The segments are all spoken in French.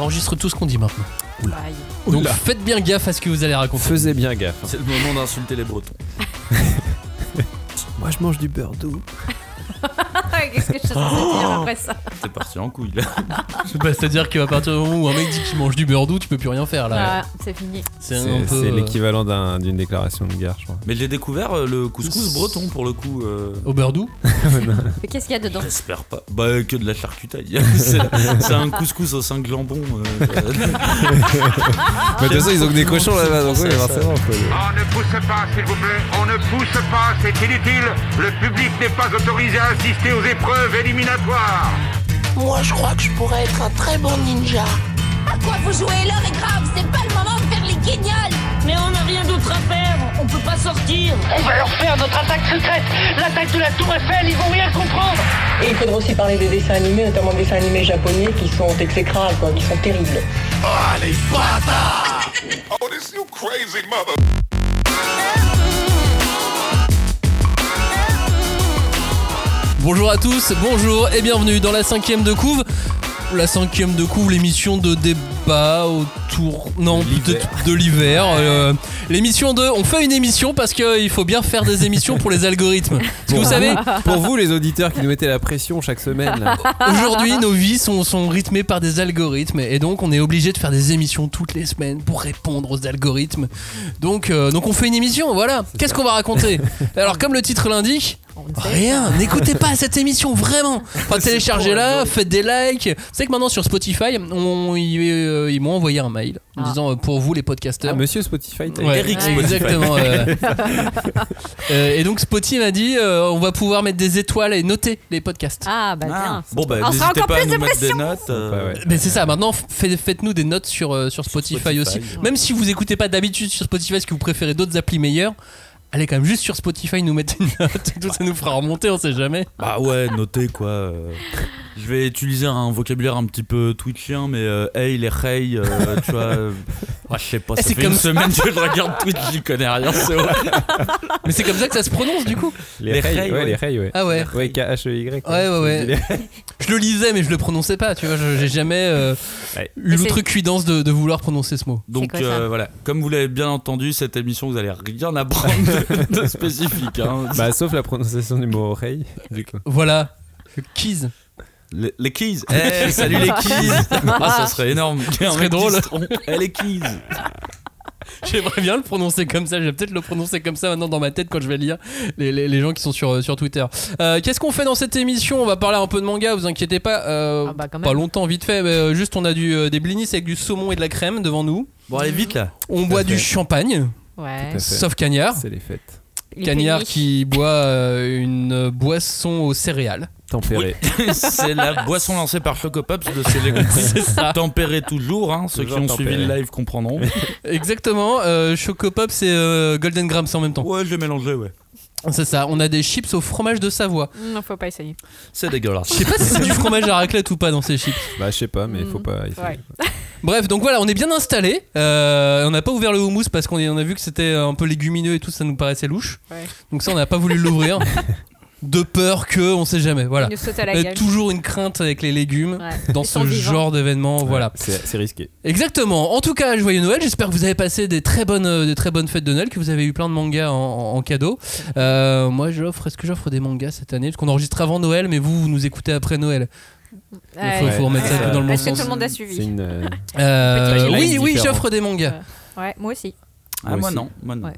enregistre tout ce qu'on dit maintenant. Oula. Donc faites bien gaffe à ce que vous allez raconter. Faisez bien gaffe. C'est le moment d'insulter les Bretons. Moi je mange du beurre doux. Qu'est-ce que je suis censée dire après ça? T'es parti en couille là. C'est-à-dire qu'à partir du moment où un mec dit qu'il mange du beurre doux, tu peux plus rien faire là. C'est fini. C'est un peu. C'est l'équivalent d'une déclaration de guerre, je crois. Mais j'ai découvert le couscous breton pour le coup. Au beurre doux. Mais qu'est-ce qu'il y a dedans? J'espère pas. Bah que de la charcutaille. c'est un couscous aux 5 jambons. Mais de toute façon ils ont que des cochons là-bas, donc oui forcément. On ne pousse pas, s'il vous plaît. On ne pousse pas, c'est inutile. Le public n'est pas autorisé à assister aux épreuves éliminatoires. Moi, je crois que je pourrais être un très bon ninja. À quoi vous jouez? L'heure est grave, c'est pas le moment de faire les guignols. Mais on n'a rien d'autre à faire, on peut pas sortir. On va leur faire notre attaque secrète, l'attaque de la Tour Eiffel, ils vont rien comprendre. Et il faudra aussi parler des dessins animés, notamment des dessins animés japonais qui sont exécrables, quoi, qui sont terribles. Oh, les bâtards! Oh, this you crazy mother... Bonjour à tous, bonjour et bienvenue dans la 5ème de couve. La 5ème de couve, l'émission de débat autour peut-être de l'hiver. L'émission de... On fait une émission parce qu'il faut bien faire des émissions pour les algorithmes. Parce que vous savez... Pour vous les auditeurs qui nous mettez la pression chaque semaine là. Aujourd'hui nos vies sont rythmées par des algorithmes et donc on est obligé de faire des émissions toutes les semaines pour répondre aux algorithmes. Donc on fait une émission, voilà. Qu'est-ce qu'on va raconter? Alors comme le titre l'indique... Rien, n'écoutez pas cette émission vraiment. Enfin, téléchargez-la, faites des likes. Vous savez que maintenant sur Spotify, ils m'ont envoyé un mail en disant pour vous les podcasteurs. Monsieur Spotify, Eric Spotify. Exactement. Et donc Spotify m'a dit on va pouvoir mettre des étoiles et noter les podcasts. Ah bah bien. Bon bah On sera n'hésitez encore pas à plus nous de mettre des pression. notes. Mais c'est ça, maintenant faites-nous des notes sur Spotify aussi. Même si vous écoutez pas d'habitude sur Spotify, est-ce que vous préférez d'autres applis meilleures? Allez quand même juste sur Spotify nous mettre une note, tout ça nous fera remonter, on sait jamais. Bah ouais, notez quoi. Je vais utiliser un vocabulaire un petit peu twitchien, mais hey les hey, tu vois. Je sais pas, ça fait une semaine que je regarde Twitch, j'y connais rien, c'est horrible. Mais c'est comme ça que ça se prononce du coup. Les hey, ouais, les hey, ouais. Ah ouais. Ouais, K-H-E-Y. Ouais. Je le lisais mais je le prononçais pas, tu vois, j'ai jamais eu l'outrecuidance de vouloir prononcer ce mot. Donc voilà, comme vous l'avez bien entendu, cette émission vous allez rien apprendre de spécifique. Hein. Bah sauf la prononciation du mot hey, du coup. Voilà, keys. Les keys. Hey, salut les keys. Ah ça serait énorme. Ça serait drôle. Les keys. J'aimerais bien le prononcer comme ça. Je vais peut-être le prononcer comme ça maintenant dans ma tête quand je vais lire les gens qui sont sur Twitter. Qu'est-ce qu'on fait dans cette émission? On va parler un peu de manga, vous inquiétez pas. Pas longtemps, vite fait. Mais juste on a des blinis avec du saumon et de la crème devant nous. Bon allez vite là. On boit du champagne. Ouais. Sauf Cagnard. C'est les fêtes. Cagnard qui boit une boisson aux céréales. Tempéré. Oui. C'est la boisson lancée par Choco Pops de ces légumes. C'est ça. Tempéré toujours, hein, ceux qui ont suivi le live comprendront. Exactement. Choco Pops et Golden Grams en même temps. Ouais, je l'ai mélangé, ouais. C'est ça. On a des chips au fromage de Savoie. Non, faut pas essayer. C'est dégueulasse. Je sais pas si c'est du fromage à raclette ou pas dans ces chips. Bah je sais pas, mais faut pas essayer. Ouais. Bref, donc voilà, on est bien installé. On n'a pas ouvert le houmous parce qu'on a vu que c'était un peu légumineux et tout, ça nous paraissait louche. Ouais. Donc ça, on n'a pas voulu l'ouvrir. De peur que, on sait jamais. Voilà. Il nous saute à la Il y gueule. a toujours une crainte avec les légumes dans ce genre d'événement. Ouais, voilà. C'est risqué. Exactement. En tout cas, joyeux Noël. J'espère que vous avez passé des très bonnes fêtes de Noël, que vous avez eu plein de mangas en cadeau. Moi, est-ce que j'offre des mangas cette année? Parce qu'on enregistre avant Noël, mais vous nous écoutez après Noël. Il faut remettre ça dans le bon Est-ce que sens. tout le monde a suivi? C'est une. Oui, j'offre des mangas. Ouais, moi aussi. Moi non. Ouais.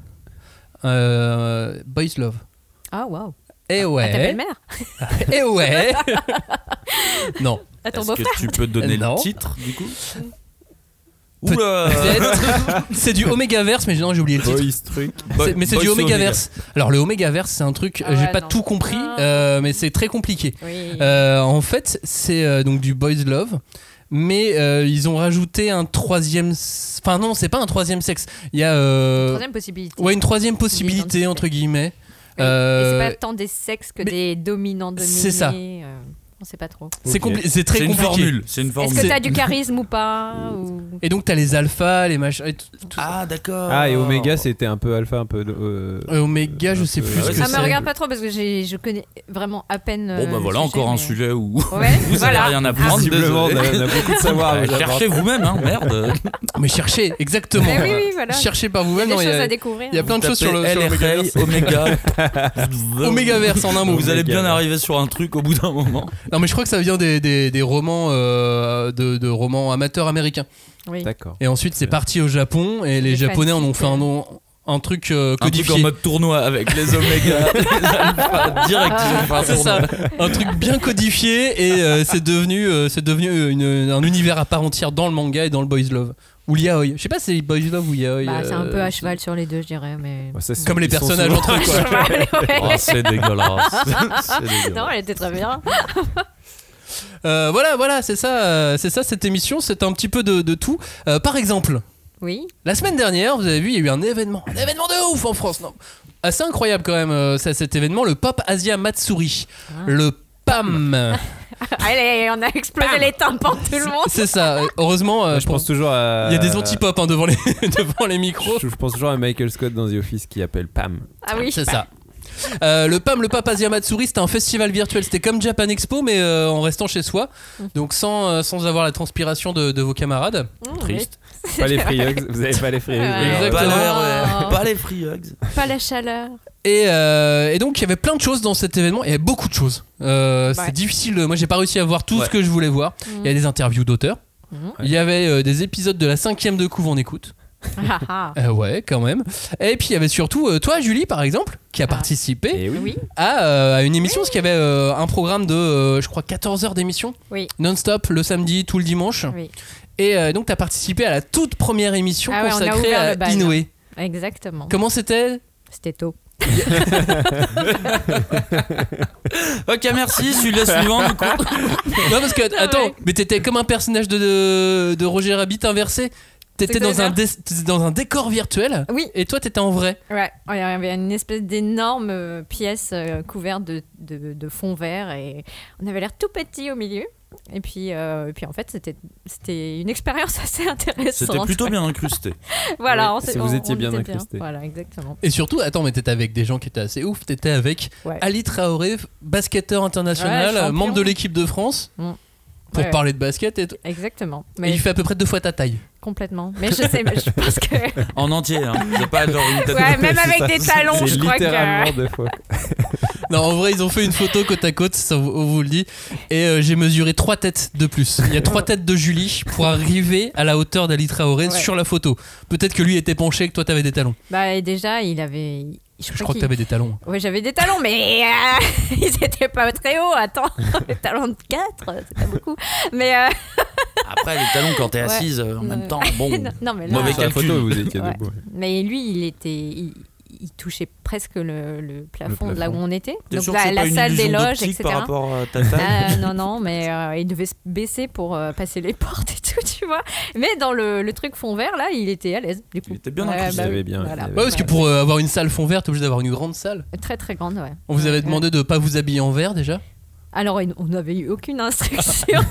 Boys Love. Ah waouh. Et ouais. À ta belle-mère? Et ouais. Non. À ton Est-ce que beau-frère? tu peux donner Non. le titre du coup? Peut-être. C'est du Omegaverse, mais non, j'ai oublié le titre. Boys truc. Mais c'est du Omegaverse. Alors le Omegaverse, c'est un truc, j'ai pas tout compris, mais c'est très compliqué. Oui. En fait, c'est donc du Boys Love. Mais ils ont rajouté un troisième. Enfin non, c'est pas un troisième sexe. Il y a Troisième possibilité. Ouais, une troisième possibilité entre guillemets. Et c'est pas tant des sexes que des dominants dominés. C'est ça. On sait pas trop. C'est très compliqué. C'est une formule. Est-ce que t'as du charisme ou pas ou... Et donc t'as les alphas, les machins. Et tout ah d'accord. Ah et Omega c'était un peu alpha, un peu. Omega, je sais plus ce que c'est. Ah mais regarde pas trop parce que je connais vraiment à peine. Bon bah voilà encore un sujet où vous avez rien à prendre. Visiblement, on a beaucoup de savoir. Cherchez vous-même, hein, merde. Mais cherchez, exactement. Oui, voilà. Cherchez par vous-même. Il y a des choses à découvrir. Il y a plein de choses sur le Omega. Omegaverse en un mot. Vous allez bien arriver sur un truc au bout d'un moment. Non mais je crois que ça vient des romans de romans amateurs américains. Oui. D'accord. Et ensuite c'est parti au Japon et les Japonais en ont fait un truc codifié. Un truc en mode tournoi avec les Oméga. Direct. C'est ça. Un truc bien codifié et c'est devenu un univers à part entière dans le manga et dans le boys love. Ou l'yaoi. Je sais pas si c'est boys love ou yaoi. C'est un peu à cheval sur les deux, je dirais. Mais... Ouais, ça, comme les personnages entre eux, quoi. Oh, c'est dégueulasse. Non, elle était très bien. Voilà, c'est ça cette émission, c'est un petit peu de tout. Par exemple, oui. La semaine dernière, vous avez vu, il y a eu un événement de ouf en France, non ? Assez incroyable quand même, cet événement, le Pop Asia Matsuri, le PAM. Allez, on a explosé les tympans tout le monde. C'est ça. Heureusement, je pense toujours à... Il y a des anti-pop devant les micros. Je pense toujours à Michael Scott dans The Office qui appelle PAM. Ah oui. C'est ça. Le PAM, le Pop Asia Matsuri, c'était un festival virtuel. C'était comme Japan Expo, mais en restant chez soi. Donc sans avoir la transpiration de vos camarades. Triste. Pas les free hugs. Vous avez pas les free hugs. Exactement. Pas les free hugs. Pas la chaleur. Et donc il y avait plein de choses dans cet événement. Il y avait beaucoup de choses. C'est difficile. Moi, j'ai pas réussi à voir tout ce que je voulais voir. Il y a des interviews d'auteurs. Il y avait des épisodes de la 5e de Couve en écoute. Ouais, quand même. Et puis il y avait surtout toi, Julie, par exemple, qui a participé à une émission, parce qu'il y avait un programme de, je crois, 14 heures d'émission non-stop le samedi, tout le dimanche. Et donc tu as participé à la toute première émission consacrée à Inoue. Exactement. Comment c'était ? C'était tôt. Ok, merci. Celui-là suivant, du coup. Non, parce que, attends, mais t'étais comme un personnage de Roger Rabbit inversé. T'étais dans un décor virtuel. Oui. Et toi, t'étais en vrai. Ouais. Il y avait une espèce d'énorme pièce couverte de fond vert et on avait l'air tout petit au milieu. Et puis en fait, c'était une expérience assez intéressante. C'était plutôt bien incrusté. Voilà. Vous étiez bien incrusté. Voilà, exactement. Et surtout, attends, mais t'étais avec des gens qui étaient assez ouf. T'étais avec Ali Traoré, basketteur international, membre de l'équipe de France. Pour parler de basket et tout. Exactement. Mais il fait à peu près 2 fois ta taille. Complètement. Mais je pense que... En entier, hein. C'est pas genre une tête. Ouais, même avec des talons, je crois que... C'est littéralement 2 fois. Non, en vrai, ils ont fait une photo côte à côte, ça on vous le dit. Et j'ai mesuré 3 têtes de plus. Il y a 3 têtes de Julie pour arriver à la hauteur d'Ali Traoré sur la photo. Peut-être que lui était penché et que toi t'avais des talons. Bah, et déjà, il avait... Je crois que t'avais des talons. Ouais, j'avais des talons, mais ils étaient pas très hauts. Attends, les talons de 4, c'est pas beaucoup. Mais après, les talons quand t'es assise en même temps, bon. Non, mais là, mauvais calcul. Photo, vous étiez debout. Mais lui, il touchait presque le plafond de là où on était. T'es donc la salle des loges, etc. Par rapport à ta taille non, mais il devait se baisser pour passer les portes et tout, tu vois. Mais dans le truc fond vert, là, il était à l'aise. Du coup. Il était bien incrusté. Voilà. Ouais, parce que pour avoir une salle fond vert, t'es obligé d'avoir une grande salle. Très très grande, ouais. On vous avait demandé de pas vous habiller en vert déjà ? Alors, on n'avait eu aucune instruction.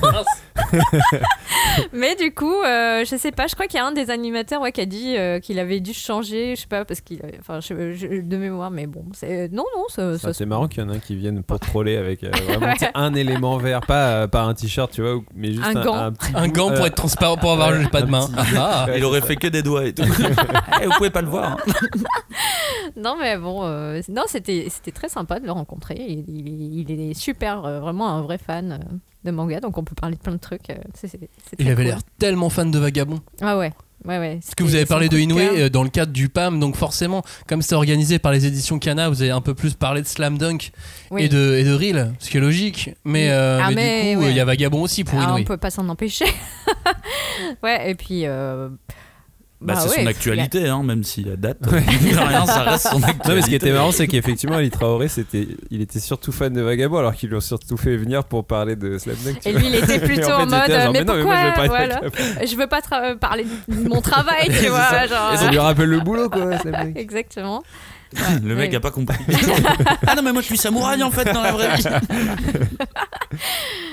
Mais du coup, je sais pas, je crois qu'il y a un des animateurs qui a dit qu'il avait dû changer, je sais pas, parce qu'il. Enfin, de mémoire, mais bon, c'est. Non, c'est marrant qu'il y en a un qui vienne pour troller avec vraiment un élément vert, pas un t-shirt, tu vois, mais juste un gant. Un gant pour être transparent, pour avoir pas de main. Il aurait fait que des doigts et tout. Vous pouvez pas le voir. Hein. Non, mais bon, non, c'était très sympa de le rencontrer. Il est super. Vraiment un vrai fan de manga, donc on peut parler de plein de trucs. Il avait l'air tellement fan de Vagabond. Ah ouais. Parce que vous avez parlé de Inoue dans le cadre du PAM, donc forcément, comme c'est organisé par les éditions Kana, vous avez un peu plus parlé de Slam Dunk et de Reel, ce qui est logique. Mais du coup, il y a Vagabond aussi pour Inoue. On peut pas s'en empêcher. Ouais, et puis. c'est son actualité, hein, même s'il y a date. Rien, ça reste son actualité. Non, mais ce qui était marrant, c'est qu'effectivement, Ali Traoré, il était surtout fan de Vagabond, alors qu'ils lui ont surtout fait venir pour parler de Slam Dunk. Et lui, il était plutôt en mode, mais pourquoi je veux pas parler de mon travail, tu vois. Genre... Et ça lui rappelle le boulot, quoi. Slam Dunk. Exactement. Le mec a pas compris. Ah non, mais moi je suis samouraï en fait dans la vraie vie.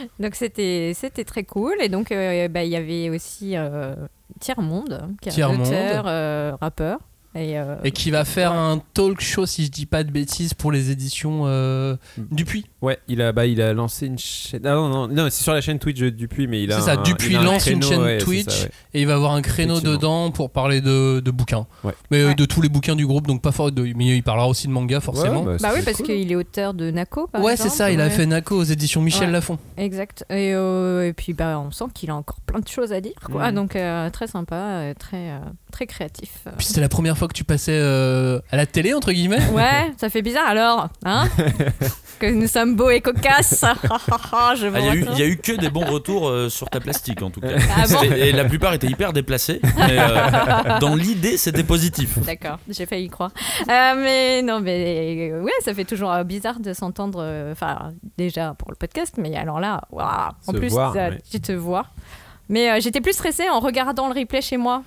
Donc c'était très cool. Et donc il y avait aussi Tiers-Monde, qui est un auteur, rappeur. Et qui va faire un talk show, si je dis pas de bêtises, pour les éditions Dupuis. Ouais, il a lancé une chaîne. Ah non, c'est sur la chaîne Twitch de Dupuis, mais c'est ça. Dupuis lance une chaîne Twitch et il va avoir un créneau dedans pour parler de bouquins. Ouais. Mais de tous les bouquins du groupe, donc pas fort. Mais il parlera aussi de manga forcément. Oui, parce qu'il est auteur de Nako. Par exemple. C'est ça. Il a fait Nako aux éditions Michel Lafon. Exact. Et puis on sent qu'il a encore plein de choses à dire, quoi. Donc très sympa, très créatif. Puis c'était la première fois que tu passais à la télé, entre guillemets. Ouais, ça fait bizarre alors, hein. Que nous sommes beaux et cocasses. Il y a eu que des bons retours sur ta plastique en tout cas. Et la plupart étaient hyper déplacés. Mais dans l'idée, c'était positif. D'accord, j'ai failli y croire. Mais ça fait toujours bizarre de s'entendre. Enfin, déjà pour le podcast, mais alors là, waouh. En plus, tu te vois. Mais j'étais plus stressée en regardant le replay chez moi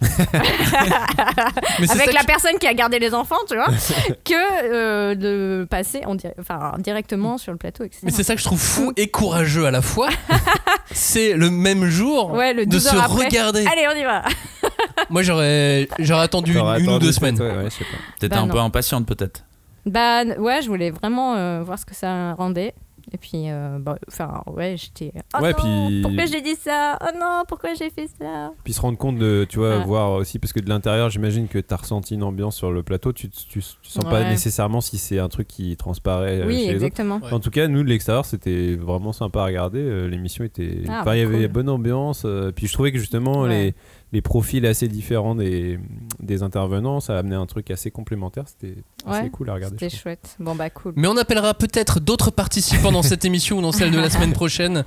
avec la personne qui a gardé les enfants, tu vois, que de passer directement sur le plateau, etc. Mais c'est ça que je trouve fou et courageux à la fois. C'est le même jour de se regarder. Allez, on y va. Moi, j'aurais attendu une ou 2 semaines. Ouais, je sais pas. T'étais un peu impatiente peut-être. Je voulais vraiment voir ce que ça rendait. Et puis, j'étais. Pourquoi j'ai dit ça ? Oh non, pourquoi j'ai fait ça ? Puis se rendre compte de, tu vois, voir aussi, parce que de l'intérieur, j'imagine que t'as ressenti une ambiance sur le plateau. Tu sens pas nécessairement si c'est un truc qui transparaît chez exactement. les autres. En tout cas, nous, de l'extérieur, c'était vraiment sympa à regarder. L'émission était. Il y avait bonne ambiance. Puis je trouvais que justement, les profils assez différents des intervenants, ça a amené un truc assez complémentaire. C'était assez cool à regarder. C'était chouette. Bon, cool. Mais on appellera peut-être d'autres participants dans cette émission ou dans celle de la semaine prochaine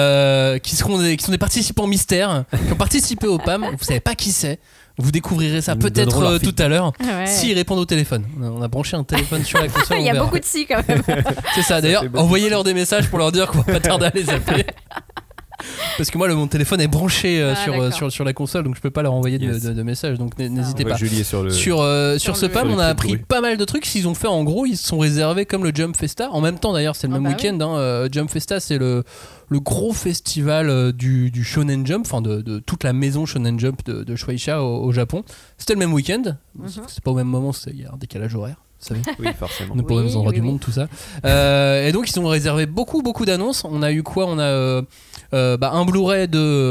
qui sont des participants mystères qui ont participé au PAM. Vous savez pas qui c'est. Vous découvrirez ça peut-être tout à l'heure s'ils répondent au téléphone. On a branché un téléphone sur la console. Il y a beaucoup de si quand même. C'est ça. D'ailleurs, envoyez-leur des messages pour leur dire qu'on va pas tarder à les appeler. Parce que moi mon téléphone est branché sur la console, donc je peux pas leur envoyer de messages, donc n'hésitez pas. Julie est sur ce PAM, on a appris pas mal de trucs. S'ils ont fait, en gros, ils se sont réservés comme le Jump Festa. En même temps d'ailleurs, c'est le même week-end. Jump Festa, c'est le gros festival du Shonen Jump, enfin de toute la maison Shonen Jump de Shueisha au Japon. C'était le même week-end. C'est pas au même moment, il y a un décalage horaire. Oui, forcément. Nous pour les endroits du monde, tout ça. Et donc ils ont réservé beaucoup d'annonces. On a eu quoi ? On a un Blu-ray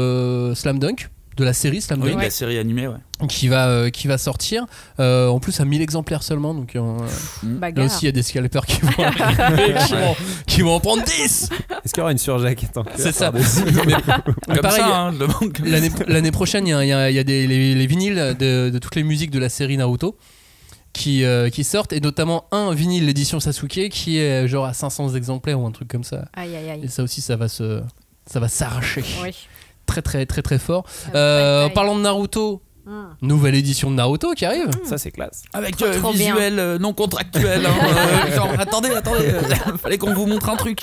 de Slam Dunk, de la série Slam Dunk. Oui, la série animée, qui va sortir. En plus à 1000 exemplaires seulement. Donc là aussi il y a des scalpers qui vont arriver, qui vont en prendre 10. Est-ce qu'il y aura une surjaquette en cuir ? C'est ça. Mais pareil, l'année prochaine il y a les vinyles de toutes les musiques de la série Naruto qui sortent, et notamment un vinyle l'édition Sasuke qui est genre à 500 exemplaires ou un truc comme ça. Aïe. Et ça aussi ça va s'arracher. Oui. Très très très très fort. En parlant de Naruto, nouvelle édition de Naruto qui arrive. Ça c'est classe. Avec visuel non contractuel. Genre attendez, fallait qu'on vous montre un truc.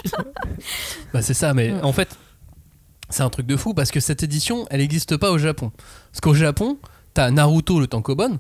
C'est ça, mais en fait c'est un truc de fou parce que cette édition elle n'existe pas au Japon. Parce qu'au Japon t'as Naruto le Tankobon.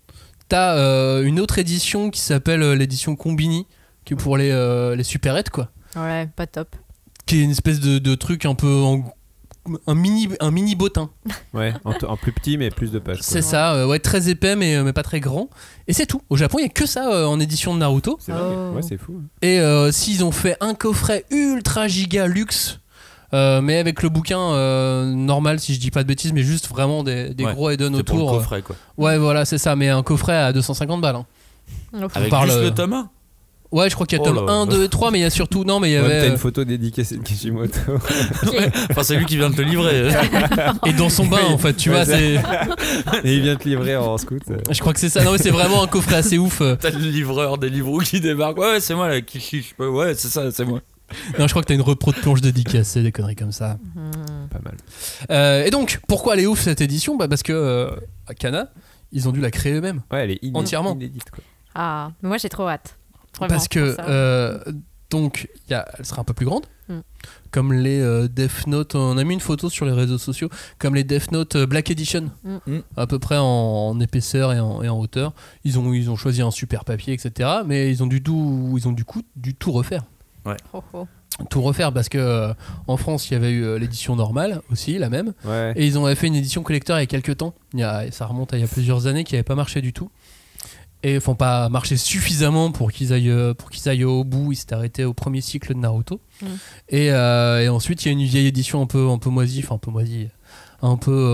T'as une autre édition qui s'appelle l'édition Combini, qui est pour les supérettes, quoi. Ouais, pas top. Qui est une espèce de truc un peu un mini bottin. Ouais, en plus petit mais plus de pages. Quoi. C'est ça, très épais mais pas très grand. Et c'est tout. Au Japon, il y a que ça en édition de Naruto. C'est vrai. Ouais, c'est fou. Et s'ils ont fait un coffret ultra giga luxe. Mais avec le bouquin normal, si je dis pas de bêtises, mais juste vraiment des gros add-ons autour. Pour le coffret, quoi. Ouais, voilà, c'est ça, mais un coffret à 250 balles. Avec juste le tome 1 ? Ouais, je crois qu'il y a tome 1, 2 et 3, mais il y a surtout. Non, mais il y avait. T'as une photo dédicacée de Kishimoto. Enfin, c'est lui qui vient de te livrer. Et dans son bain, en fait, tu vois. Et il vient te livrer en scout. Je crois que c'est ça. Non, mais c'est vraiment un coffret assez ouf. T'as le livreur des Deliveroo qui débarque. Ouais, c'est moi, là, qui chiche. Ouais, c'est ça, c'est moi. Non, je crois que t'as une repro de planche dédicacée, des conneries comme ça. Pas mal. Et donc, pourquoi elle est ouf cette édition ? Parce que à Kana, ils ont dû la créer eux-mêmes. Ouais, elle est entièrement. inédite, quoi. Ah, mais moi j'ai trop hâte. Vraiment, parce que donc elle sera un peu plus grande, comme les Death Note. On a mis une photo sur les réseaux sociaux, comme les Death Note Black Edition, à peu près en épaisseur et en hauteur. Ils ont choisi un super papier, etc. Mais ils ont du coup dû tout refaire. Ouais. tout refaire parce que en France il y avait eu l'édition normale aussi, la même, et ils ont fait une édition collector il y a quelques temps, ça remonte à il y a plusieurs années, qui n'avait pas marché du tout. Et ils font pas marcher suffisamment pour qu'ils aillent au bout. Ils s'étaient arrêtés au premier cycle de Naruto. Et ensuite il y a une vieille édition un peu moisie, un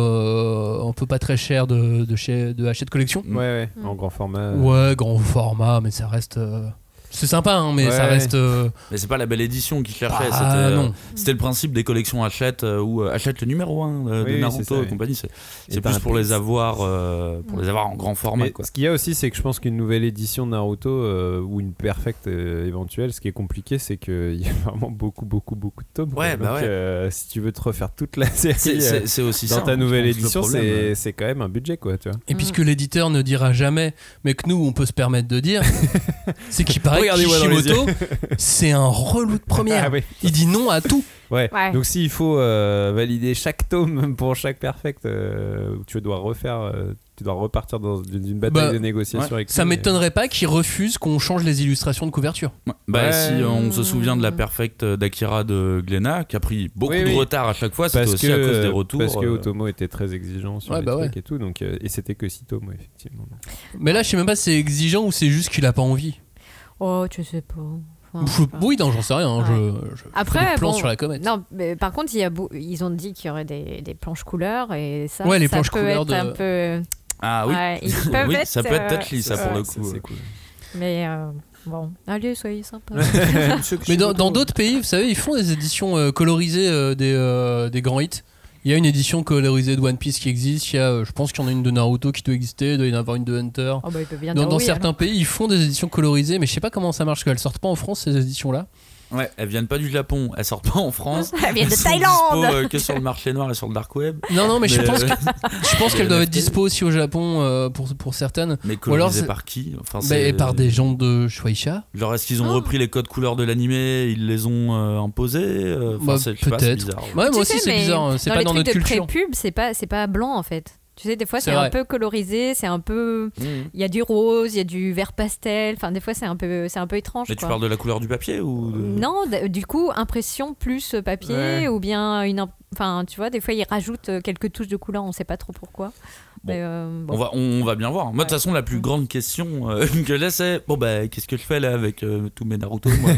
peu pas très cher de Hachette Collection. En grand format. Ouais, grand format, mais ça reste c'est sympa, hein, mais ça reste. Mais c'est pas la belle édition qu'ils cherchaient. C'était le principe des collections Hachette ou Hachette le numéro 1 de Naruto et compagnie. C'est plus pour les avoir en grand format. Quoi. Ce qu'il y a aussi, c'est que je pense qu'une nouvelle édition de Naruto ou une perfecte éventuelle, ce qui est compliqué, c'est qu'il y a vraiment beaucoup de tomes. Si tu veux te refaire toute la série c'est aussi dans ta nouvelle édition, c'est quand même un budget, quoi. Tu vois. Et puisque l'éditeur ne dira jamais, mais que nous on peut se permettre de dire, c'est qu'il paraît Kishimoto, c'est un relou de première. Il dit non à tout. Donc s'il faut valider chaque tome pour chaque perfect, tu dois repartir dans une bataille de négociation avec ça m'étonnerait pas qu'il refuse qu'on change les illustrations de couverture. Si on se souvient de la perfect d'Akira de Glénat, qui a pris beaucoup de retard à chaque fois, c'était aussi à cause des retours. Parce que Otomo était très exigeant sur les trucs et tout, donc, et c'était que 6 tomes, effectivement. Mais là je sais même pas si c'est exigeant ou c'est juste qu'il a pas envie. Oh, tu sais pas. Oui, non, j'en sais rien. Après, fais des plans sur la comète. Non, mais par contre, ils ont dit qu'il y aurait des planches couleurs et ça. Les ça planches peut couleurs être un peu. Ah oui. Ils peuvent être, ça peut être touchy, ça pour le coup. C'est cool. Mais bon, allez, soyez sympas. Mais dans d'autres pays, vous savez, ils font des éditions colorisées des grands hits. Il y a une édition colorisée de One Piece qui existe. Je pense qu'il y en a une de Naruto qui doit exister. Il doit y en avoir une de Hunter. Dans certains pays, ils font des éditions colorisées, mais je sais pas comment ça marche. Qu'elles sortent pas en France, ces éditions-là. Ouais, elles viennent pas du Japon, elles sortent pas en France. Elles viennent de Thaïlande. Que sur le marché noir et sur le dark web. Non, mais je pense qu'elles doivent être dispo aussi au Japon pour certaines. Mais colorisées par qui? Par des gens de Shueisha. Genre, est-ce qu'ils ont repris les codes couleurs de l'animé, ils les ont imposés? Peut-être. Ouais, moi aussi c'est bizarre. C'est pas dans notre culture. Dans les trucs de pré-pub, c'est pas blanc en fait. Tu sais, des fois c'est un peu colorisé, c'est un peu. Il y a du rose, il y a du vert pastel. Enfin, des fois c'est un peu étrange. Mais tu parles de la couleur du papier ou Non, du coup, impression plus papier ou bien une. Enfin, tu vois, des fois ils rajoutent quelques touches de couleur, on sait pas trop pourquoi. Bon. On va bien voir. Moi, de toute façon, la plus grande question que j'ai, c'est qu'est-ce que je fais là avec tous mes Naruto moi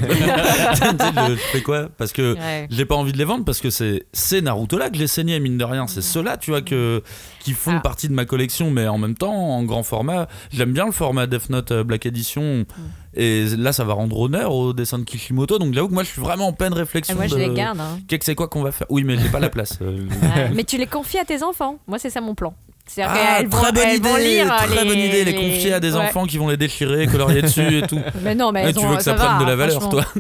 je fais quoi? Parce que j'ai pas envie de les vendre parce que c'est ces Naruto là que j'ai saigné, mine de rien. C'est ceux-là, tu vois, qui font partie de ma collection, mais en même temps, en grand format. J'aime bien le format Death Note Black Edition. Et là, ça va rendre honneur au dessin de Kishimoto. Donc, j'avoue que moi, je suis vraiment en pleine réflexion. Moi, je les garde. C'est quoi qu'on va faire? Oui, mais j'ai pas la place. Mais tu les confies à tes enfants. Moi, c'est ça mon plan. Très bonne idée, les confier à des enfants qui vont les déchirer, colorier dessus et tout. Mais non, mais tu veux que ça prenne de la valeur, toi?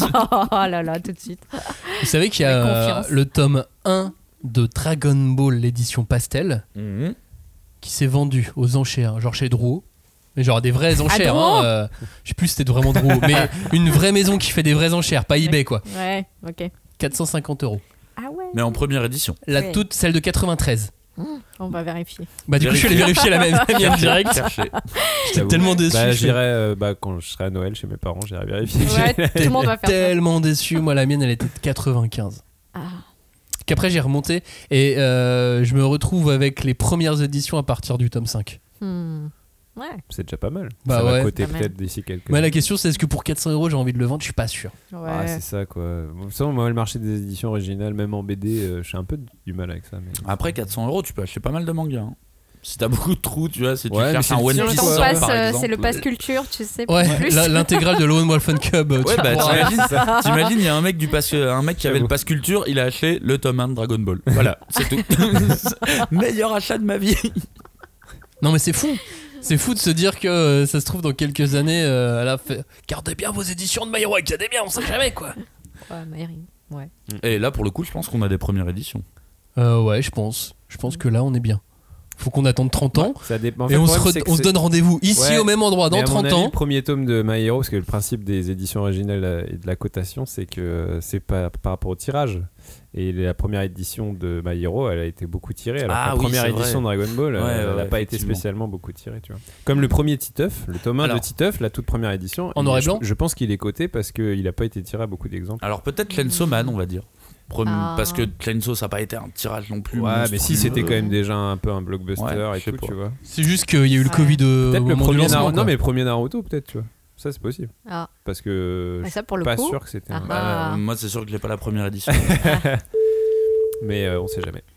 Oh là là, tout de suite. Vous savez qu'il y a le tome 1 de Dragon Ball, l'édition pastel, qui s'est vendu aux enchères, genre chez Drouot. Mais genre des vraies enchères, je sais plus si c'était vraiment Drouot, mais une vraie maison qui fait des vraies enchères, pas eBay quoi. Ouais, ok. 450 €. Ah ouais. Mais en première édition. Celle de 93. On va vérifier. Du coup, je suis allé vérifier la même direct. J'étais tellement déçu. J'irai quand je serai à Noël chez mes parents, j'irai vérifier. Ouais, tout le monde va faire tellement déçu. Moi, la mienne, elle était de 95. Qu'après, j'ai remonté et je me retrouve avec les premières éditions à partir du tome 5. Ouais. C'est déjà pas mal. Ça va coter peut-être d'ici quelques. Mais la question, c'est est-ce que pour 400 € j'ai envie de le vendre? Je suis pas sûr. C'est ça quoi. Moi, le marché des éditions originales, même en BD, j'ai un peu du mal avec ça. Mais... Après 400 €, tu peux acheter pas mal de mangas. Hein. Si t'as beaucoup de trous, tu vois, si tu cherches un One Piece, par exemple. C'est le pass culture, tu sais. L'intégrale de Lone Wolf and Cub. T'imagines, il y a un mec qui avait le pass culture, il a acheté le tome 1 de Dragon Ball. Voilà, c'est tout. Meilleur achat de ma vie. Non mais c'est fou. C'est fou de se dire que ça se trouve dans quelques années, elle a fait gardez bien vos éditions de My Hero Academia, on sait jamais quoi. Ouais, My Hero, ouais. Et là pour le coup, je pense qu'on a des premières éditions. Ouais, je pense que là on est bien. faut qu'on attende 30 ans. Ça dépend. Et on se donne rendez-vous ici au même endroit dans 30 ans. Le premier tome de My Hero, parce que le principe des éditions originales et de la cotation, c'est que c'est pas par rapport au tirage. Et la première édition de My Hero, elle a été beaucoup tirée. Alors la première édition de Dragon Ball, elle n'a pas été spécialement beaucoup tirée. Tu vois. Comme le premier Titeuf, le tome 1 de Titeuf, la toute première édition. En noir et blanc. Je pense qu'il est coté parce qu'il n'a pas été tiré à beaucoup d'exemplaires. Alors peut-être Chainsaw Man, on va dire. Parce que Chainsaw, ça n'a pas été un tirage non plus. Ouais, mais si, c'était quand même déjà un peu un blockbuster et tout, tu vois. C'est juste qu'il y a eu le Covid peut-être au le moment premier du lancement. Naruto. Non, mais le premier Naruto, peut-être, tu vois. Ça, c'est possible. Parce que je ça, pour suis le pas coup. sûr que c'était. Moi, c'est sûr que je l'ai pas la première édition. Mais on sait jamais.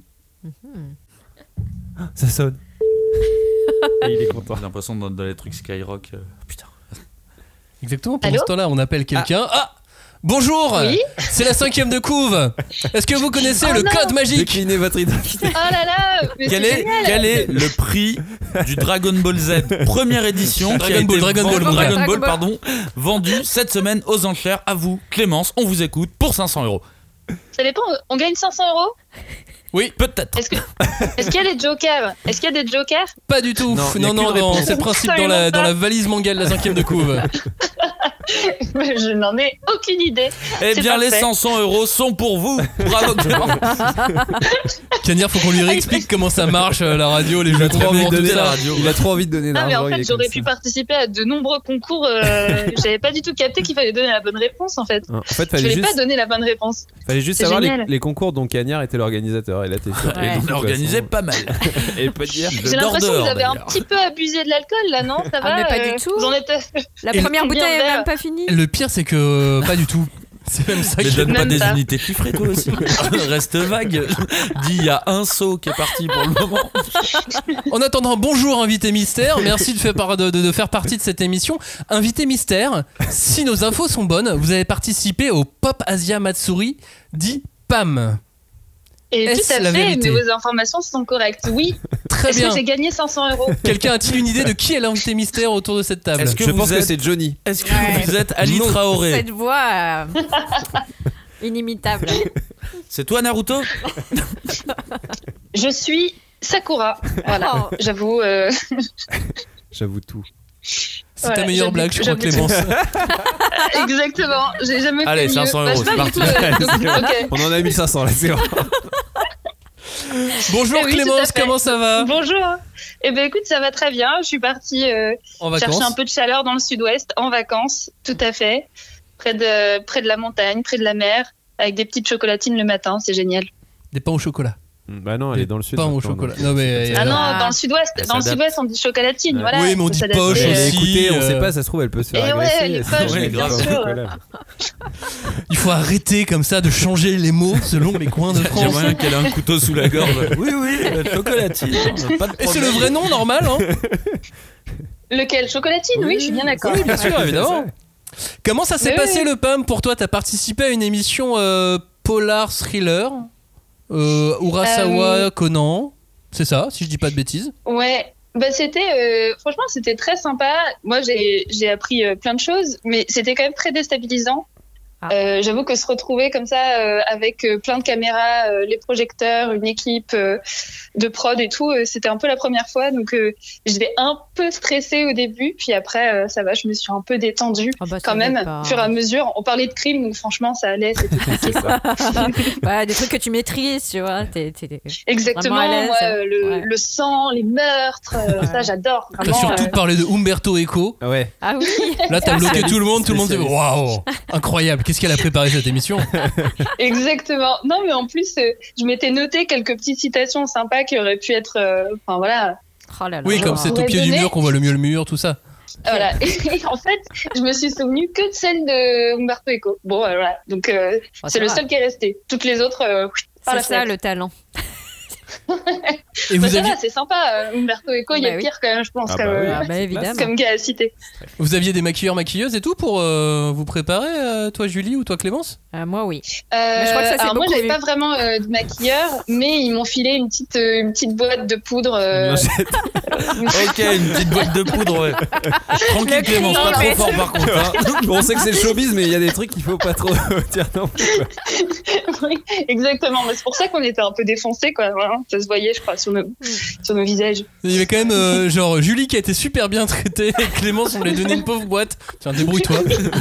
Ça sonne. Et il est content. J'ai l'impression dans les trucs Skyrock. Putain. Exactement. Pendant ce temps-là, on appelle quelqu'un. Bonjour, c'est la 5e de couve. Est-ce que vous connaissez le code magique? Déclinez votre identité. Oh là là, mais quel est le prix du Dragon Ball Z première édition Dragon Ball, pardon, vendu cette semaine aux enchères? À vous, Clémence, on vous écoute pour 500 €. Ça dépend, on gagne 500 €? Oui, peut-être. Est-ce qu'il y a des jokers? Est-ce qu'il y a des jokers? Pas du tout. Non, c'est le principe dans la valise manga de la 5e de couve. Je n'en ai aucune idée. Eh bien, les 500 € sont pour vous. Bravo. Cagnard, faut qu'on lui réexplique comment ça marche la radio, les jeux. Il a trop envie de donner l'argent. Mais en fait, j'aurais pu participer à de nombreux concours. J'avais pas du tout capté qu'il fallait donner la bonne réponse en fait. Je voulais pas donner la bonne réponse. Fallait juste savoir les concours dont Cagnard était l'organisateur. Et là, t'es sûr. Et il organisait pas mal. Et peut dire. J'ai l'impression que vous avez un petit peu abusé de l'alcool là, non? Ça va? Mais pas du tout. Vous en êtes... La première bouteille est même pas finie. Le pire, c'est que pas du tout. C'est même ça. Mais donne pas des unités chiffrées toi aussi. Reste vague. Dis il y a un saut qui est parti pour le moment. En attendant, bonjour invité mystère. Merci de faire partie de cette émission. Invité mystère, si nos infos sont bonnes, vous avez participé au Pop Asia Matsuri dit PAM. Et tout à fait, mais vos informations sont correctes. Oui. Très bien. Que j'ai gagné 500 €? Quelqu'un a-t-il une idée de qui est l'invité mystère autour de cette table? Je pense que c'est Johnny. Est-ce que vous êtes Ali Traoré? Cette voix inimitable. C'est toi Naruto? Je suis Sakura. Voilà, j'avoue. J'avoue tout. C'est ta meilleure blague, je crois, Clémence. Exactement, j'ai jamais fait mieux. Allez, 500 €, c'est parti. Okay. On en a 1500 là, c'est bon. Bonjour Clémence, comment ça va? Bonjour. Eh ben écoute, ça va très bien. Je suis partie chercher un peu de chaleur dans le sud-ouest, en vacances, tout à fait. Près de la montagne, près de la mer, avec des petites chocolatines le matin, c'est génial. Des pains au chocolat. Bah non, elle est dans le sud. Pain au chocolat. Non, mais non, dans le sud-ouest. Dans le sud-ouest, on dit chocolatine. Voilà. Oui, mais on dit poche aussi. Écoutez, on sait pas, ça se trouve, elle peut se faire agresser. Ouais, les poches, bien sûr. Il faut arrêter comme ça de changer les mots selon les coins de France. J'aimerais qu'elle a un couteau sous la gorge. Oui, chocolatine. Pas de problème. Et c'est le vrai nom, normal, hein? Lequel? Chocolatine? Oui, je suis bien d'accord. Oui, bien sûr, évidemment. Comment ça s'est passé le PAM pour toi? T'as participé à une émission Polar Thriller Urasawa Conan, c'est ça, si je dis pas de bêtises? Ouais, bah franchement c'était très sympa. Moi j'ai appris plein de choses, mais c'était quand même très déstabilisant. J'avoue que se retrouver comme ça avec plein de caméras, les projecteurs, une équipe de prod et tout, c'était un peu la première fois, donc j'étais un peu stressée au début, puis après ça va, je me suis un peu détendue quand même, au fur et à mesure. On parlait de crime, donc franchement ça allait, c'était tranquille. Ouais, des trucs que tu maîtrises, tu vois. Exactement, moi, le sang, les meurtres, ça j'adore. T'as surtout parlé de Umberto Eco. Ouais. Ah oui. Là t'as bloqué tout le monde dit waouh, incroyable. Qu'est-ce qu'elle a préparé cette émission? Exactement. Non, mais en plus, je m'étais noté quelques petites citations sympas qui auraient pu être. Enfin, voilà. Oh là là. Oui, comme c'est au pied du mur qu'on voit le mieux le mur, tout ça. Voilà. Et en fait, je me suis souvenu que de celle de Umberto Eco. Bon, voilà. Donc, c'est le seul qui est resté. Toutes les autres. C'est ça le talent. Et vous c'est sympa, Umberto Eco, il y a pire quand même, je pense, comme gars à citer. Vous aviez des maquilleurs, maquilleuses et tout pour vous préparer, toi Julie ou toi Clémence? Moi oui. Mais je crois que ça, alors moi j'avais pas vraiment de maquilleur, mais ils m'ont filé une petite boîte de poudre. Ok, une petite boîte de poudre, ouais. Tranquille Clémence, pas trop fort par contre. Hein. On sait que c'est le showbiz, mais il y a des trucs qu'il faut pas trop dire non plus. Oui, exactement, mais c'est pour ça qu'on était un peu défoncés, quoi. Voilà. hein. Ça se voyait, je crois, sur nos visages. Il y avait quand même genre Julie qui a été super bien traitée et Clémence, on lui a donné une pauvre boîte. Tiens, débrouille-toi.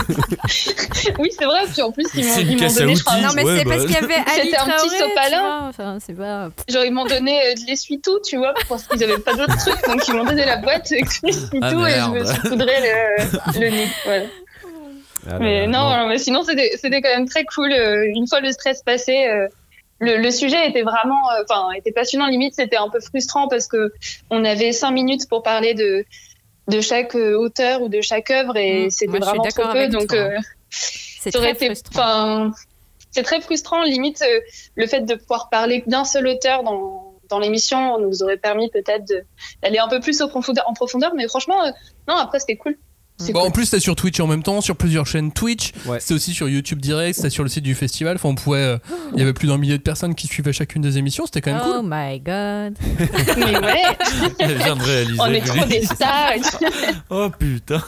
Oui, c'est vrai. Puis en plus, ils m'ont donné. Non, mais c'est parce qu'il y avait Ali C'était un petit sopalin. Enfin, c'est pas. Genre, ils m'ont donné de l'essuie-tout, tu vois, parce qu'ils avaient pas d'autres trucs. Donc, ils m'ont donné la boîte avec l'essuie-tout et je me suis poudré le nez. Voilà. Mais non, mais sinon, c'était quand même très cool. Une fois le stress passé, le sujet était vraiment, était passionnant. Limite, c'était un peu frustrant parce que on avait 5 minutes pour parler de chaque auteur ou de chaque œuvre et c'était vraiment trop peu. Donc, c'est très frustrant. C'est très frustrant. Limite, le fait de pouvoir parler d'un seul auteur dans l'émission nous aurait permis peut-être d'aller un peu plus en profondeur. Mais franchement, non, après, c'était cool. Bon, cool. En plus, c'était sur Twitch en même temps, sur plusieurs chaînes Twitch. Ouais. C'était aussi sur YouTube direct, c'était sur le site du festival. Enfin, il y avait plus d'un millier de personnes qui suivaient chacune des émissions. C'était quand même cool. Oh my god. Mais ouais. Elle vient de réaliser. On est trop des stars. Oh putain.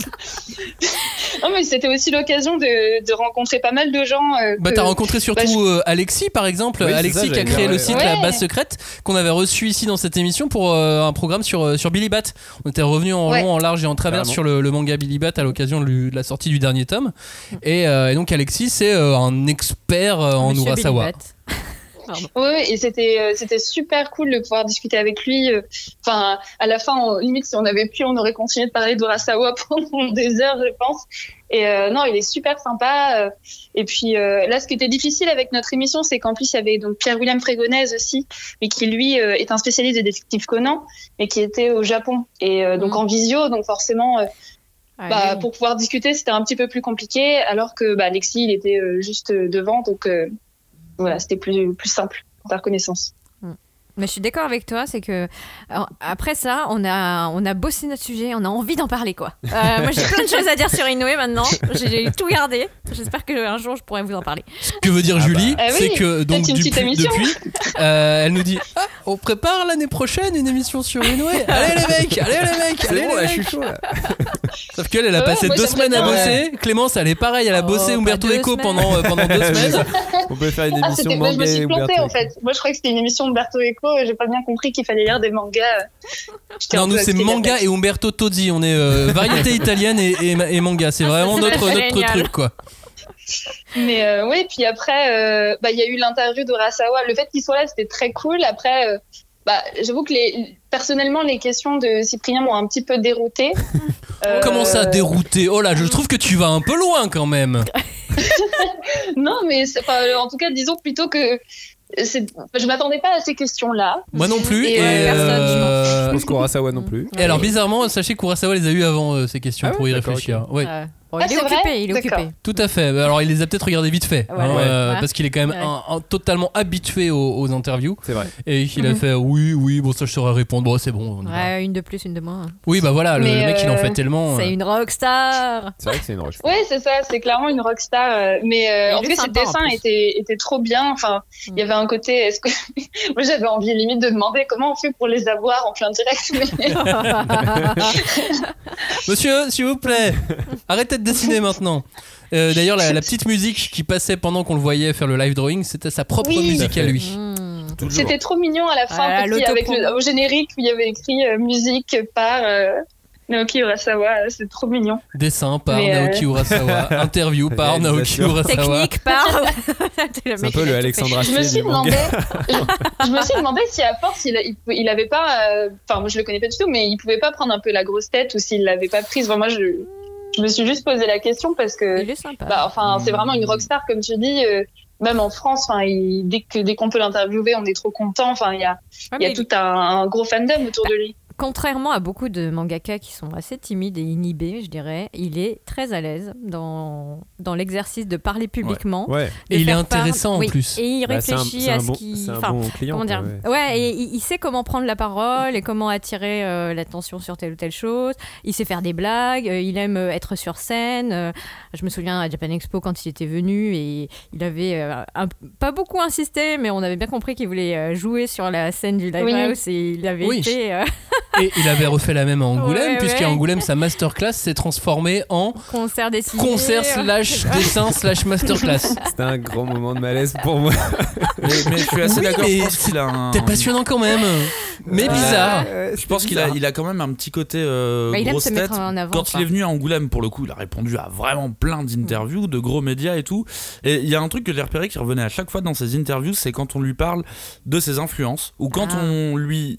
Non, mais c'était aussi l'occasion de rencontrer pas mal de gens. T'as rencontré surtout Alexis, par exemple. Oui, Alexis qui a créé le site La Base Secrète, qu'on avait reçu ici dans cette émission pour un programme sur Billy Bat. On était revenu en long, en large et en travers sur le manga Billy Bat à l'occasion de la sortie du dernier tome. Et donc Alexis, c'est un expert en Urasawa. Oui, et c'était super cool de pouvoir discuter avec lui. Enfin, à la fin, limite, si on avait pu, on aurait continué de parler d'Urasawa pendant des heures, je pense. Et non, il est super sympa. Et puis là, ce qui était difficile avec notre émission, c'est qu'en plus, il y avait donc Pierre-William Frégonèse aussi, mais qui lui est un spécialiste des détectives Conan, mais qui était au Japon. Et donc en visio, donc forcément... pour pouvoir discuter, c'était un petit peu plus compliqué, alors que Alexis, il était juste devant, donc voilà, c'était plus simple pour faire connaissance. Mais je suis d'accord avec toi, c'est que après ça, on a bossé notre sujet, on a envie d'en parler quoi. Moi j'ai plein de choses à dire sur Inoue maintenant, j'ai tout gardé. J'espère qu'un jour je pourrai vous en parler. Ce que veut dire Julie, c'est que donc depuis elle nous dit on prépare l'année prochaine une émission sur Inoue. Allez les mecs, c'est bon, là, je suis chaud là. Sauf qu'elle a passé 2 semaines à bosser. Clémence, elle est pareille, elle a bossé Umberto Eco pendant 2 semaines. On peut faire une émission manga. Je me suis plantée en fait. Moi je croyais que c'était une émission Umberto Eco. J'ai pas bien compris qu'il fallait lire des mangas. Non, nous c'est manga et Umberto Tozzi. On est variété italienne et manga. C'est vraiment notre truc quoi. Mais oui, puis après, il y a eu l'interview d'Urasawa. Le fait qu'il soit là, c'était très cool. Après, j'avoue que personnellement, les questions de Cyprien m'ont un petit peu déroutée. Comment ça, dérouté? Oh là, je trouve que tu vas un peu loin quand même. Non, mais en tout cas, disons plutôt que je m'attendais pas à ces questions-là. Moi non plus. Je pense qu'Urasawa non plus. Et alors bizarrement, sachez qu'Urasawa les a eu avant ces questions pour y réfléchir. Okay. Ouais. Il est occupé. Tout à fait. Alors il les a peut-être regardés vite fait, parce qu'il est quand même totalement habitué aux interviews. C'est vrai. Et qu'il a fait oui, bon ça je saurais répondre. Bon, c'est bon. Une de plus, une de moins. Oui, voilà, le mec il en fait tellement. C'est une rockstar. C'est vrai que c'est une rockstar. Oui, c'est ça, c'est clairement une rockstar. Mais en tout cas, ses dessins étaient trop bien. Enfin, il y avait un côté. Moi, j'avais envie limite de demander comment on fait pour les avoir en plein direct. Mais... Monsieur, s'il vous plaît, arrêtez de dessiner maintenant. D'ailleurs, la petite musique qui passait pendant qu'on le voyait faire le live drawing, c'était sa propre musique à lui. C'était trop mignon à la fin, avec au générique où il y avait écrit musique par Naoki Urasawa. C'est trop mignon. Dessin par Naoki Urasawa, interview par Naoki Urasawa, technique par. C'est un peu le Alexandre Astier du manga. Je me suis demandé si à force il avait pas. Enfin, moi je le connais pas du tout, mais il pouvait pas prendre un peu la grosse tête ou s'il l'avait pas prise. Enfin, moi je me suis juste posé la question parce que il est sympa. C'est vraiment une rockstar comme tu dis. Même en France, dès qu'on peut l'interviewer, on est trop content. Enfin, il y a tout un gros fandom autour de lui. Contrairement à beaucoup de mangaka qui sont assez timides et inhibés, je dirais, il est très à l'aise dans l'exercice de parler publiquement. Ouais. Et il est intéressant en plus. Et il réfléchit à ce qu'il... C'est un bon client. Comment dire ? Ouais, et il sait comment prendre la parole et comment attirer l'attention sur telle ou telle chose. Il sait faire des blagues, il aime être sur scène. Je me souviens à Japan Expo quand il était venu et il avait pas beaucoup insisté, mais on avait bien compris qu'il voulait jouer sur la scène du Live House et il avait été... Et il avait refait la même à Angoulême, puisqu'à Angoulême, sa masterclass s'est transformée en concert dessiné. Concert/dessin/ masterclass. C'était un grand moment de malaise pour moi. Mais je suis assez d'accord. T'es passionnant quand même, mais bizarre. Je pense qu'il a quand même un petit côté grosse tête. Quand il est venu à Angoulême, pour le coup, il a répondu à vraiment plein d'interviews, de gros médias et tout. Et il y a un truc que j'ai repéré qui revenait à chaque fois dans ses interviews, c'est quand on lui parle de ses influences, ou quand on lui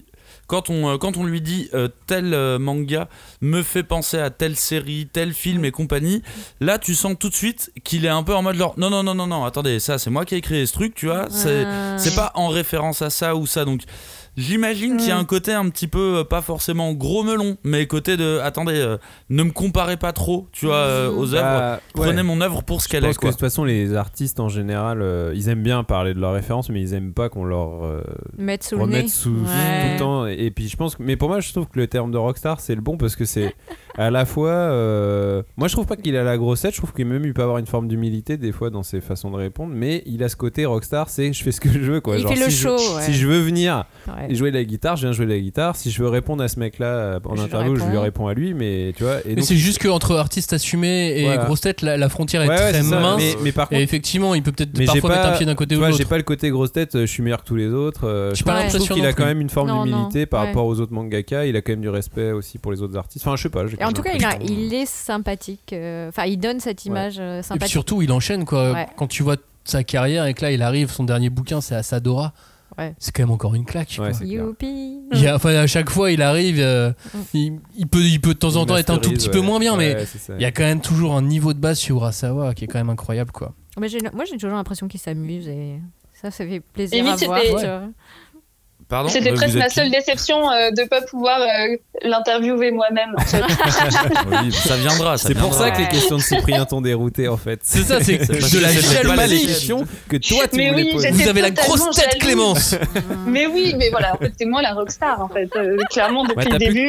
dit tel manga me fait penser à telle série, tel film et compagnie, là tu sens tout de suite qu'il est un peu en mode genre non, attendez, ça c'est moi qui ai créé ce truc, tu vois, c'est pas en référence à ça ou ça, donc j'imagine qu'il y a un côté un petit peu, pas forcément gros melon, mais côté de attendez, ne me comparez pas trop, tu vois, aux œuvres. Prenez mon œuvre pour ce qu'elle est. Je pense que de toute façon, les artistes en général, ils aiment bien parler de leurs références, mais ils aiment pas qu'on leur remette sous tout le temps. Et puis je pense que, mais pour moi, je trouve que le terme de rockstar, c'est le bon parce que c'est à la fois. Moi, je trouve pas qu'il a la grossette. Je trouve qu'il même il peut avoir une forme d'humilité des fois dans ses façons de répondre, mais il a ce côté rockstar, c'est je fais ce que je veux, quoi. Il fait le show. Si je veux venir. Et jouer de la guitare, je viens jouer de la guitare. Si je veux répondre à ce mec-là en interview, je lui réponds à lui, mais tu vois. Mais donc, c'est juste qu'entre artistes assumés et grosse tête, la frontière est très mince. Mais par contre, et effectivement, il peut peut-être parfois mettre un pied d'un côté ou de l'autre. J'ai pas le côté grosse tête, je suis meilleur que tous les autres. Je trouve qu'il a quand même une forme d'humilité par rapport aux autres mangaka. Il a quand même du respect aussi pour les autres artistes. Enfin, je sais pas. Et en tout cas, il est sympathique. Enfin, il donne cette image sympathique. Et puis surtout, il enchaîne quoi. Quand tu vois sa carrière et que là, il arrive, son dernier bouquin, c'est Asadora. C'est quand même encore une claque. Youpi. À chaque fois il arrive, il peut de temps en temps être un tout petit peu moins bien, mais il y a quand même toujours un niveau de base chez Urasawa qui est quand même incroyable, quoi. Mais moi j'ai toujours l'impression qu'il s'amuse et ça fait plaisir à voir. Pardon, c'était presque ma seule déception de ne pas pouvoir l'interviewer moi-même. En fait. Oui, ça viendra. C'est pour ça que les questions de Cyprien t'ont dérouté en fait. C'est ça, c'est de la jalousie les questions que toi tu voulais poser. Vous avez la grosse tête, Clémence. Mais oui, mais voilà, en fait, c'est moi la rockstar en fait. Clairement depuis le début.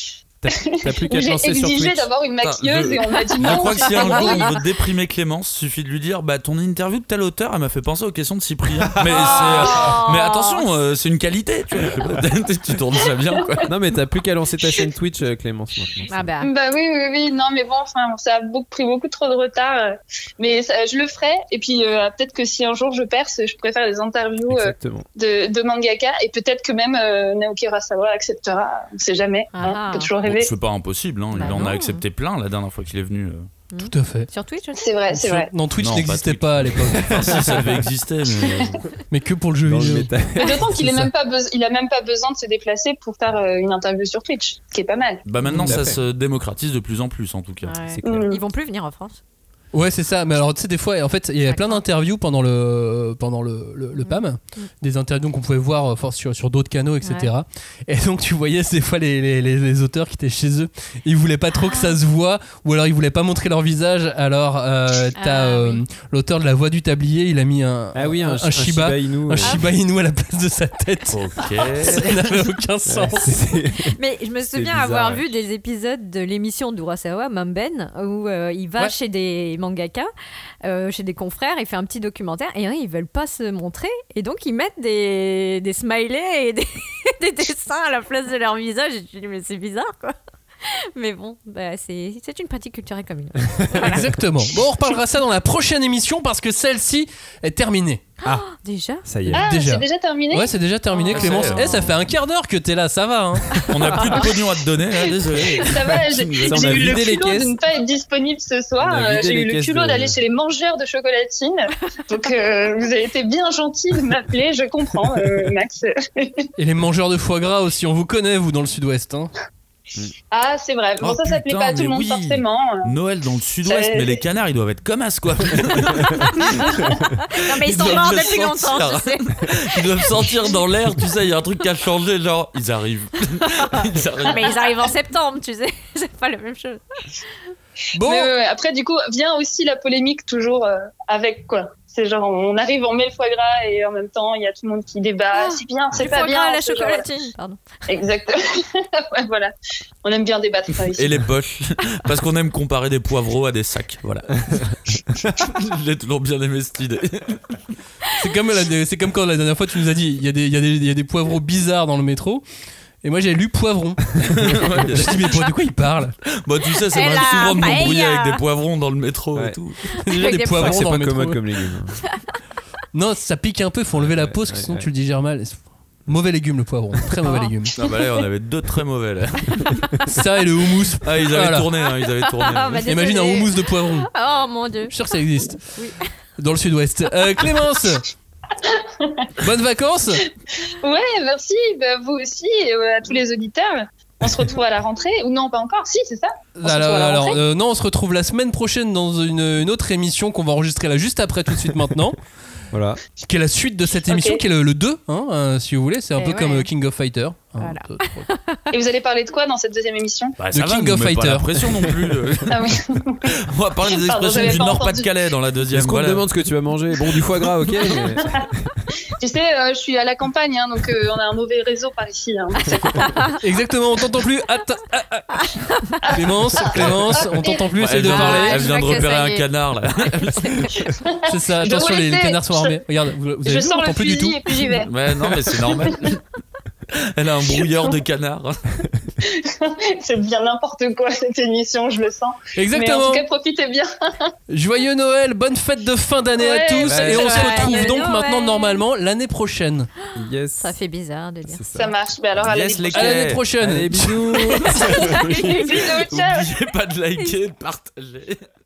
T'as plus qu'à te lancer sur Twitch. J'ai exigé d'avoir une maquilleuse et on m'a dit non. Je crois que si un jour on veut déprimer Clémence, suffit de lui dire ton interview de tel auteur, elle m'a fait penser aux questions de Cyprien. Mais attention, c'est une qualité, tu vois. Tu tournes ça bien, quoi. Non, mais t'as plus qu'à lancer ta chaîne Twitch, Clémence. Bah oui. Non, mais bon, ça a pris beaucoup trop de retard. Mais je le ferai. Et puis peut-être que si un jour je perce, je pourrais faire des interviews de mangaka. Et peut-être que même Naoki Urasawa acceptera. On sait jamais. On peut toujours rêver. C'est pas impossible, hein. Il en a accepté plein la dernière fois qu'il est venu. Tout à fait. Sur Twitch aussi. C'est vrai. Non, Twitch n'existait pas à l'époque. Si, ça devait exister, mais que pour le jeu vidéo. Mais d'autant qu'il a même pas besoin de se déplacer pour faire une interview sur Twitch, ce qui est pas mal. Maintenant, ça se démocratise de plus en plus, en tout cas. C'est clair. Ils vont plus venir en France. Ouais, c'est ça. Mais alors, tu sais, des fois, en fait, il y avait plein d'interviews pendant le PAM, des interviews qu'on pouvait voir sur d'autres canaux, etc. Ouais. Et donc, tu voyais des fois les auteurs qui étaient chez eux, ils voulaient pas trop que ça se voit, ou alors ils voulaient pas montrer leur visage. Alors, l'auteur de La Voix du Tablier, il a mis un Shiba Inu à la place de sa tête. Ok. Ça n'avait aucun sens. Mais je me souviens avoir vu des épisodes de l'émission d'Urasawa, Mamben, où il va chez des mangaka, chez des confrères, il fait un petit documentaire et ils veulent pas se montrer et donc ils mettent des smileys et des dessins à la place de leur visage et je dis mais c'est bizarre quoi. Mais bon, c'est une pratique culturelle commune. Voilà. Exactement. Bon, on reparlera ça dans la prochaine émission parce que celle-ci est terminée. Déjà ? Ça y est. C'est déjà terminé ? Ouais, c'est déjà terminé, Clémence. Ça fait un quart d'heure que t'es là, ça va. Hein. On n'a plus de pognon à te donner, désolé. Ça va, j'ai eu le culot de ne pas être disponible ce soir. J'ai eu le culot d'aller chez les mangeurs de chocolatine. Donc, vous avez été bien gentil de m'appeler, je comprends, Max. Et les mangeurs de foie gras aussi, on vous connaît, vous, dans le sud-ouest. Hein. Ah, c'est vrai. Bon, ça plaît pas à tout le monde forcément. Noël dans le sud-ouest, mais les canards, ils doivent être comme as, quoi. Non, mais ils sont morts depuis longtemps, tu sais. Ils doivent sentir dans l'air, tu sais, il y a un truc qui a changé, genre, ils arrivent. Mais ils arrivent en septembre, tu sais. C'est pas la même chose. Bon. Mais, après, du coup, vient aussi la polémique toujours avec quoi. C'est genre, on arrive, on met le foie gras et en même temps, il y a tout le monde qui débat. C'est bien, c'est pas bien. Le foie gras à la chocolatine. Pardon. Exactement. Ouais, voilà. On aime bien débattre ici. Et les poches. Parce qu'on aime comparer des poivreaux à des sacs. Voilà. J'ai toujours bien aimé cette idée. C'est comme quand la dernière fois, tu nous as dit, il y a des poivreaux bizarres dans le métro. Et moi j'ai lu poivron. Je me suis dit mais de quoi il parle? Bah tu sais, ça m'arrive souvent de m'embrouiller avec des poivrons dans le métro et tout. Déjà des poivrons c'est dans pas le métro. commode comme légume. Non, ça pique un peu, faut enlever la peau parce que sinon tu le digères mal. Mauvais légume le poivron, très mauvais légume. Ah bah là on avait 2 très mauvais là. Ça et le houmous. Ah ils avaient tourné, ils avaient tourné. Imagine un houmous de poivron. Oh mon dieu. Je suis sûr que ça existe. Oui. Dans le sud-ouest. Clémence. Bonnes vacances. Ouais, merci. Bah, vous aussi, et à tous les auditeurs. On se retrouve à la rentrée. Ou non, pas encore. Si, c'est ça. Non, on se retrouve la semaine prochaine dans une autre émission qu'on va enregistrer là juste après, tout de suite maintenant. Voilà. Qui est la suite de cette émission, qui est le 2, si vous voulez. C'est un peu comme King of Fighter. Voilà. Et vous allez parler de quoi dans cette deuxième émission? De King of Fighter. Pas la pression non plus. Ah oui. On va parler des expressions du Nord-Pas-de-Calais dans la deuxième. Est-ce qu'on te demande ce que tu vas manger? Bon, du foie gras, ok. Mais... Tu sais, je suis à la campagne, donc on a un mauvais réseau par ici. Exactement, on t'entend plus. Clémence, on t'entend plus, essaye de parler. Elle vient de repérer un canard là. C'est ça, attention, les canards sont armés. Regarde, vous avez vu, on n'entend plus du tout. Et puis j'y vais. Ouais, non, mais c'est normal. Elle a un brouilleur de canard. C'est bien n'importe quoi cette émission, je le sens. Exactement. Mais en tout cas, profitez bien. Joyeux Noël, bonne fête de fin d'année à tous. Et on se retrouve donc maintenant normalement l'année prochaine. Yes. Ça fait bizarre de dire ça. Marche. Mais alors à l'année prochaine. Allez, bisous. Bisous, ciao. N'oubliez pas de liker et de partager.